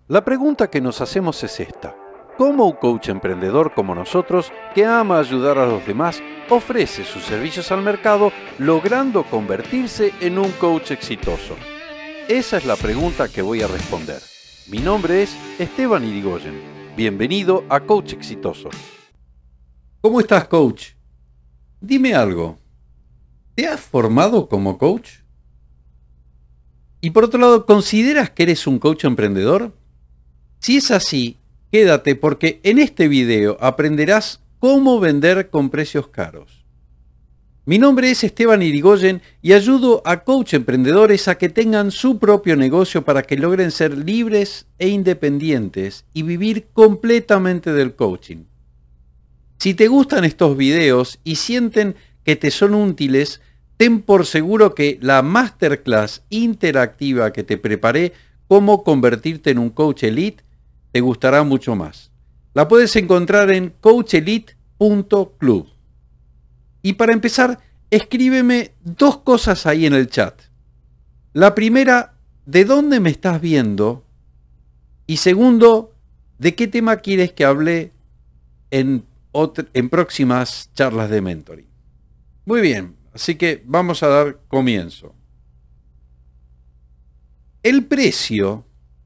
La pregunta que nos hacemos es esta. ¿Cómo un coach emprendedor como nosotros, que ama ayudar a los demás, ofrece sus servicios al mercado logrando convertirse en un coach exitoso? Esa es la pregunta que voy a responder. Mi nombre es Esteban Irigoyen. Bienvenido a Coach Exitoso. ¿Cómo estás, coach? Dime algo. ¿Te has formado como coach? Y por otro lado, ¿consideras que eres un coach emprendedor? Si es así, quédate porque en este video aprenderás cómo vender con precios caros. Mi nombre es Esteban Irigoyen y ayudo a coach emprendedores a que tengan su propio negocio para que logren ser libres e independientes y vivir completamente del coaching. Si te gustan estos videos y sienten que te son útiles, ten por seguro que la masterclass interactiva que te preparé, cómo convertirte en un coach elite, te gustará mucho más. La puedes encontrar en coachelite.club. Y para empezar, escríbeme dos cosas ahí en el chat. La primera, ¿de dónde me estás viendo? Y segundo, ¿de qué tema quieres que hable en próximas charlas de mentoring? Muy bien, así que vamos a dar comienzo. El precio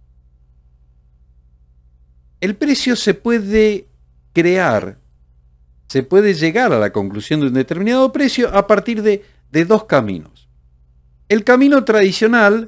se puede crear, se puede llegar a la conclusión de un determinado precio a partir de dos caminos. El camino tradicional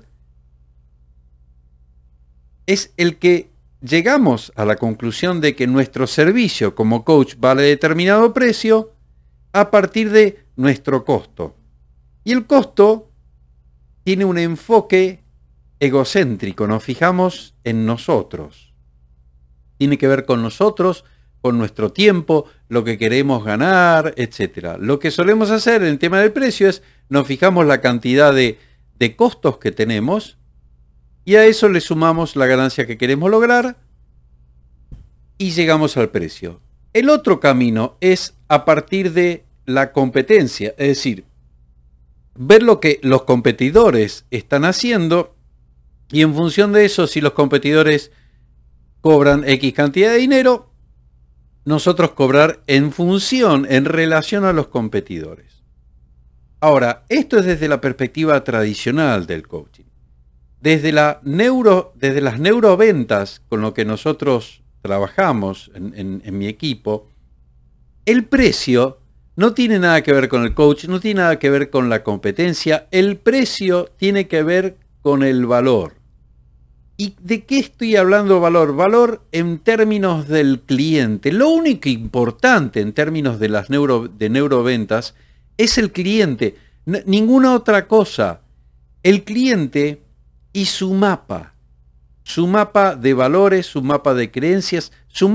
es el que llegamos a la conclusión de que nuestro servicio como coach vale determinado precio a partir de nuestro costo. Y el costo tiene un enfoque egocéntrico, nos fijamos en nosotros. Tiene que ver con nosotros, con nuestro tiempo, lo que queremos ganar, etc. Lo que solemos hacer en el tema del precio es nos fijamos la cantidad de costos que tenemos y a eso le sumamos la ganancia que queremos lograr y llegamos al precio. El otro camino es a partir de la competencia, es decir, ver lo que los competidores están haciendo y en función de eso, si los competidores cobran X cantidad de dinero, nosotros cobrar en función, en relación a los competidores. Ahora, esto es desde la perspectiva tradicional del coaching. Desde las neuroventas con lo que nosotros trabajamos en mi equipo, el precio no tiene nada que ver con el coach, no tiene nada que ver con la competencia, el precio tiene que ver con el valor. ¿Y de qué estoy hablando valor? Valor en términos del cliente. Lo único importante en términos de las neuroventas es el cliente, ninguna otra cosa. El cliente y su mapa de valores, su mapa de creencias,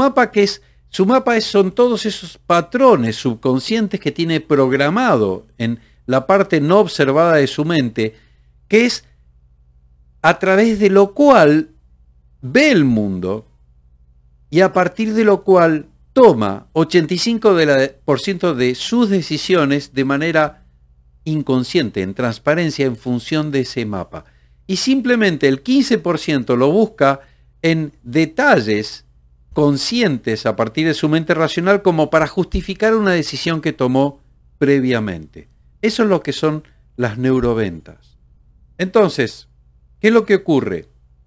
son todos esos patrones subconscientes que tiene programado en la parte no observada de su mente, que es a través de lo cual ve el mundo y a partir de lo cual toma 85% de sus decisiones de manera inconsciente, en transparencia, en función de ese mapa. Y simplemente el 15% lo busca en detalles conscientes a partir de su mente racional como para justificar una decisión que tomó previamente. Eso es lo que son las neuroventas. Entonces, ¿qué es lo que ocurre?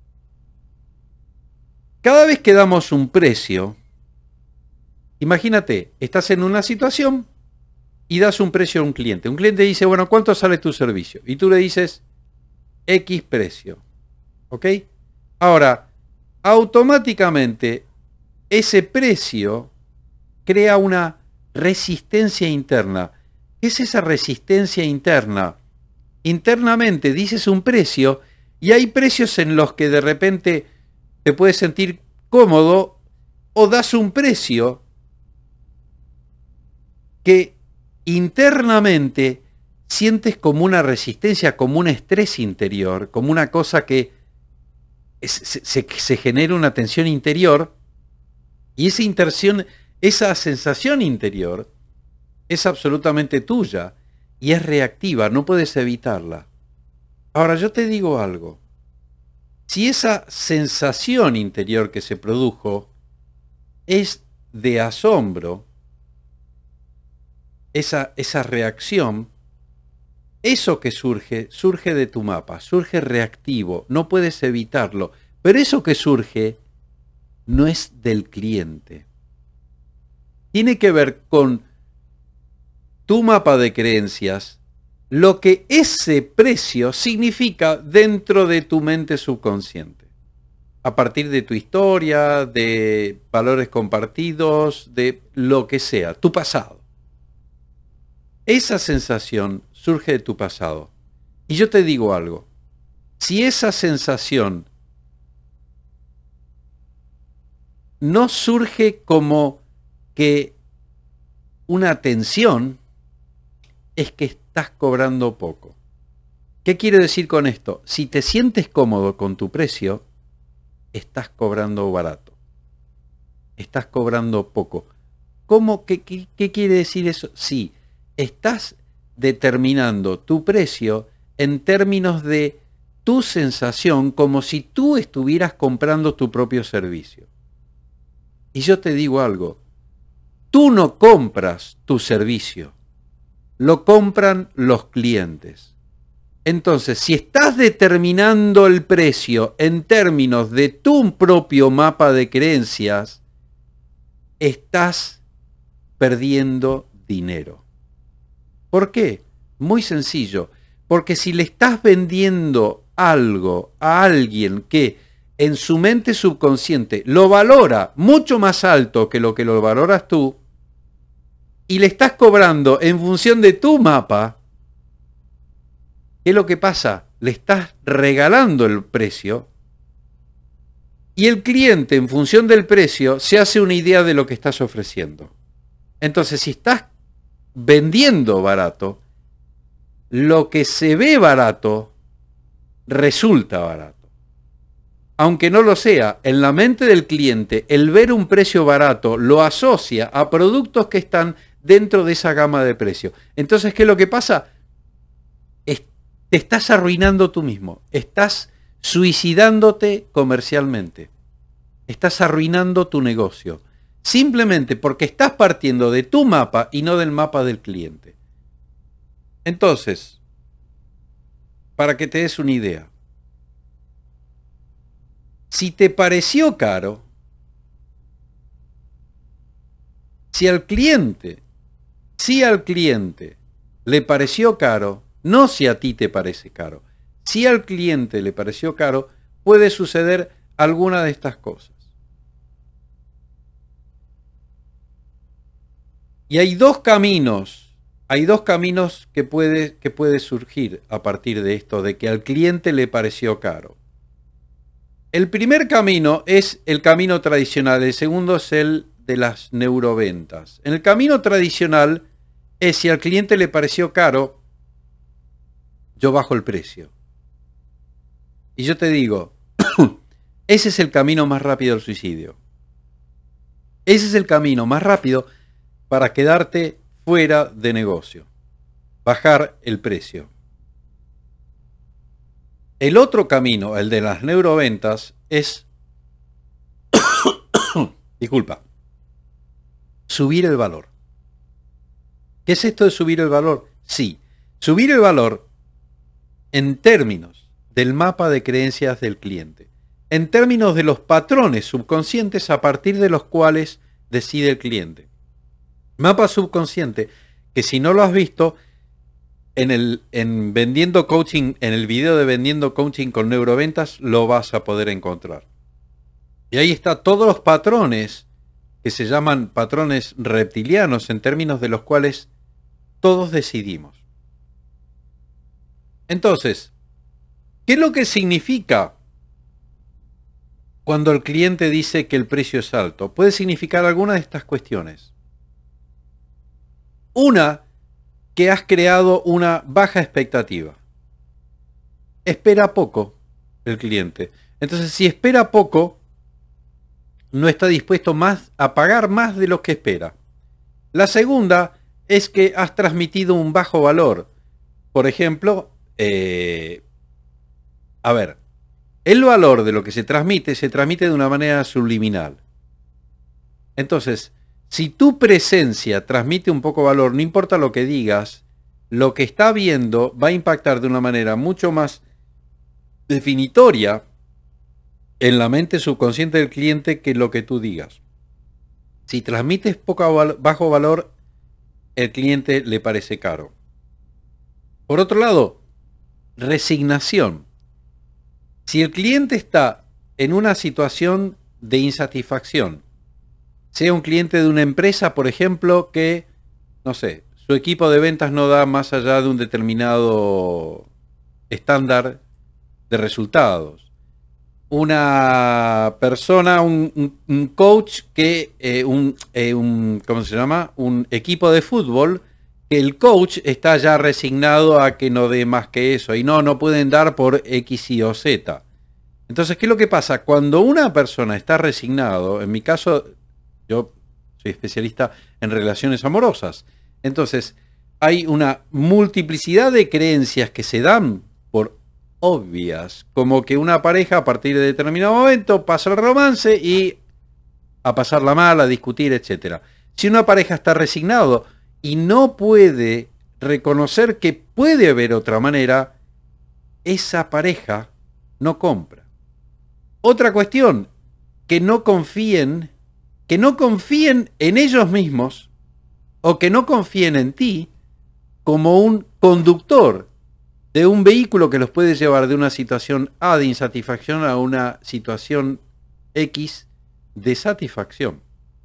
Cada vez que damos un precio, imagínate, estás en una situación y das un precio a un cliente. Un cliente dice, bueno, ¿cuánto sale tu servicio? Y tú le dices, X precio. ¿Ok? Ahora, automáticamente, ese precio crea una resistencia interna. ¿Qué es esa resistencia interna? Internamente dices un precio y hay precios en los que de repente te puedes sentir cómodo o das un precio que internamente sientes como una resistencia, como un estrés interior, como una cosa que se genera una tensión interior y esa sensación interior es absolutamente tuya y es reactiva, no puedes evitarla. Ahora yo te digo algo. Si esa sensación interior que se produjo es de asombro, esa reacción, eso que surge de tu mapa, surge reactivo, no puedes evitarlo, pero eso que surge no es del cliente. Tiene que ver con tu mapa de creencias, lo que ese precio significa dentro de tu mente subconsciente, a partir de tu historia, de valores compartidos, de lo que sea, tu pasado. Esa sensación surge de tu pasado. Y yo te digo algo, si esa sensación no surge como que una tensión, es que estás cobrando poco. ¿Qué quiero decir con esto? Si te sientes cómodo con tu precio, estás cobrando barato. Estás cobrando poco. ¿Cómo? ¿Qué quiere decir eso? Sí, estás determinando tu precio en términos de tu sensación, como si tú estuvieras comprando tu propio servicio. Y yo te digo algo, tú no compras tu servicio, lo compran los clientes. Entonces, si estás determinando el precio en términos de tu propio mapa de creencias, estás perdiendo dinero. ¿Por qué? Muy sencillo, porque si le estás vendiendo algo a alguien que en su mente subconsciente lo valora mucho más alto que lo valoras tú, y le estás cobrando en función de tu mapa, ¿qué es lo que pasa? Le estás regalando el precio y el cliente en función del precio se hace una idea de lo que estás ofreciendo. Entonces, si estás vendiendo barato, lo que se ve barato resulta barato. Aunque no lo sea, en la mente del cliente, el ver un precio barato lo asocia a productos que están dentro de esa gama de precios. Entonces, ¿qué es lo que pasa? Te estás arruinando tú mismo. Estás suicidándote comercialmente. Estás arruinando tu negocio. Simplemente porque estás partiendo de tu mapa y no del mapa del cliente. Entonces, para que te des una idea, si te pareció caro, si al cliente le pareció caro, no si a ti te parece caro, si al cliente le pareció caro, puede suceder alguna de estas cosas. Y hay dos caminos que puede surgir a partir de esto, de que al cliente le pareció caro. El primer camino es el camino tradicional, el segundo es el de las neuroventas. En el camino tradicional es si al cliente le pareció caro, yo bajo el precio. Y yo te digo, ese es el camino más rápido al suicidio. Ese es el camino más rápido para quedarte fuera de negocio. Bajar el precio. El otro camino, el de las neuroventas, es subir el valor. ¿Qué es esto de subir el valor? Sí, subir el valor en términos del mapa de creencias del cliente, en términos de los patrones subconscientes a partir de los cuales decide el cliente. Mapa subconsciente, que si no lo has visto, en Vendiendo Coaching, en el video de Vendiendo Coaching con Neuroventas, lo vas a poder encontrar. Y ahí está todos los patrones que se llaman patrones reptilianos, en términos de los cuales todos decidimos. Entonces, ¿qué es lo que significa cuando el cliente dice que el precio es alto? Puede significar alguna de estas cuestiones. Una, que has creado una baja expectativa. Espera poco el cliente. Entonces, si espera poco, no está dispuesto a pagar más de lo que espera. La segunda es que has transmitido un bajo valor. Por ejemplo, el valor de lo que se transmite de una manera subliminal. Entonces, si tu presencia transmite un poco valor, no importa lo que digas, lo que está viendo va a impactar de una manera mucho más definitoria en la mente subconsciente del cliente que lo que tú digas. Si transmites bajo valor, el cliente le parece caro. Por otro lado, resignación. Si el cliente está en una situación de insatisfacción, sea un cliente de una empresa, por ejemplo, que, no sé, su equipo de ventas no da más allá de un determinado estándar de resultados. Una persona, un coach que, ¿cómo se llama? Un equipo de fútbol, que el coach está ya resignado a que no dé más que eso y no pueden dar por X, Y o Z. Entonces, ¿qué es lo que pasa? Cuando una persona está resignado, en mi caso, yo soy especialista en relaciones amorosas, entonces hay una multiplicidad de creencias que se dan por obvias, como que una pareja a partir de determinado momento pasa el romance y a pasarla mal, a discutir, etc. Si una pareja está resignado y no puede reconocer que puede haber otra manera, esa pareja no compra. Otra cuestión, que no confíen en ellos mismos o que no confíen en ti como un conductor de un vehículo que los puede llevar de una situación A de insatisfacción a una situación X de satisfacción.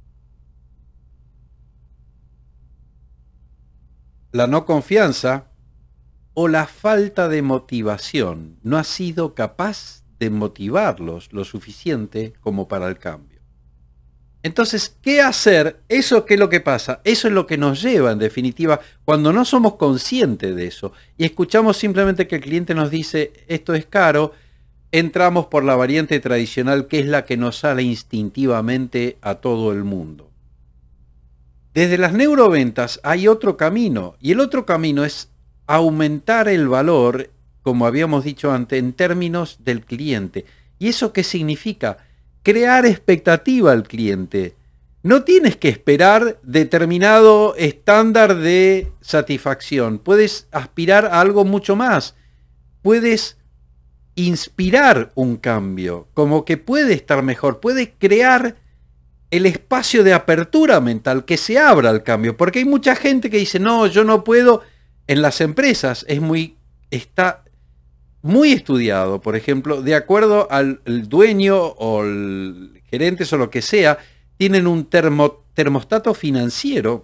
La no confianza o la falta de motivación no ha sido capaz de motivarlos lo suficiente como para el cambio. Entonces, ¿qué hacer? ¿Eso qué es lo que pasa? Eso es lo que nos lleva, en definitiva, cuando no somos conscientes de eso y escuchamos simplemente que el cliente nos dice esto es caro, entramos por la variante tradicional que es la que nos sale instintivamente a todo el mundo. Desde las neuroventas hay otro camino y el otro camino es aumentar el valor, como habíamos dicho antes, en términos del cliente. ¿Y eso qué significa? Crear expectativa al cliente. No tienes que esperar determinado estándar de satisfacción. Puedes aspirar a algo mucho más. Puedes inspirar un cambio, como que puede estar mejor. Puede crear el espacio de apertura mental, que se abra al cambio. Porque hay mucha gente que dice, no, yo no puedo. En las empresas está muy estudiado, por ejemplo, de acuerdo al dueño o el gerente o lo que sea, tienen un termostato financiero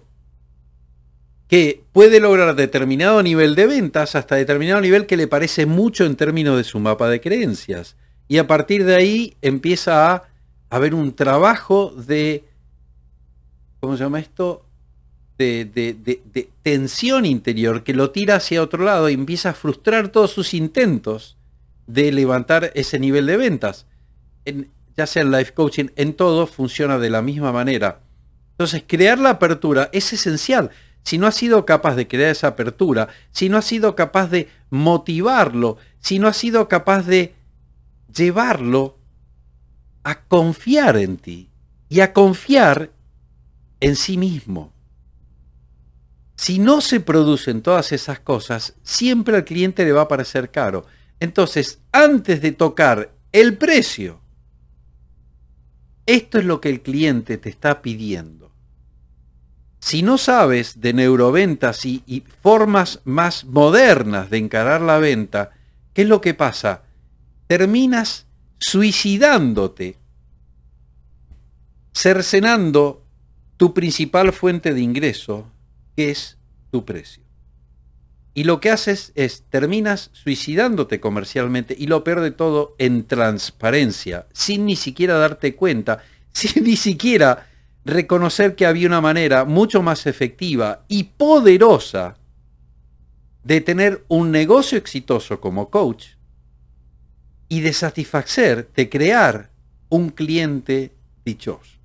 que puede lograr determinado nivel de ventas hasta determinado nivel que le parece mucho en términos de su mapa de creencias. Y a partir de ahí empieza a haber un trabajo de, ¿cómo se llama esto? De tensión interior que lo tira hacia otro lado y empieza a frustrar todos sus intentos de levantar ese nivel de ventas. Ya sea en life coaching, en todo funciona de la misma manera. Entonces, crear la apertura es esencial. Si no has sido capaz de crear esa apertura, si no has sido capaz de motivarlo, si no has sido capaz de llevarlo a confiar en ti y a confiar en sí mismo. Si no se producen todas esas cosas, siempre al cliente le va a parecer caro. Entonces, antes de tocar el precio, esto es lo que el cliente te está pidiendo. Si no sabes de neuroventas y formas más modernas de encarar la venta, ¿qué es lo que pasa? Terminas suicidándote, cercenando tu principal fuente de ingreso, que es tu precio. Y lo que haces es, terminas suicidándote comercialmente y lo peor de todo, en transparencia, sin ni siquiera darte cuenta, sin ni siquiera reconocer que había una manera mucho más efectiva y poderosa de tener un negocio exitoso como coach y de satisfacer, de crear un cliente dichoso.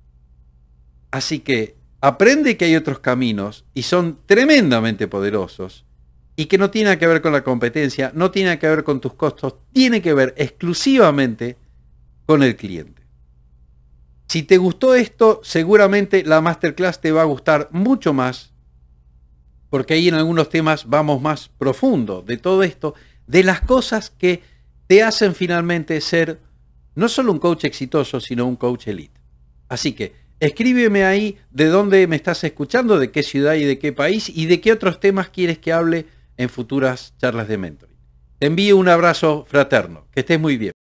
Así que aprende que hay otros caminos y son tremendamente poderosos, y que no tiene que ver con la competencia, no tiene que ver con tus costos, tiene que ver exclusivamente con el cliente. Si te gustó esto, seguramente la masterclass te va a gustar mucho más, porque ahí en algunos temas vamos más profundo de todo esto, de las cosas que te hacen finalmente ser no solo un coach exitoso, sino un coach elite. Así que escríbeme ahí de dónde me estás escuchando, de qué ciudad y de qué país, y de qué otros temas quieres que hable en futuras charlas de mentoring. Te envío un abrazo fraterno. Que estés muy bien.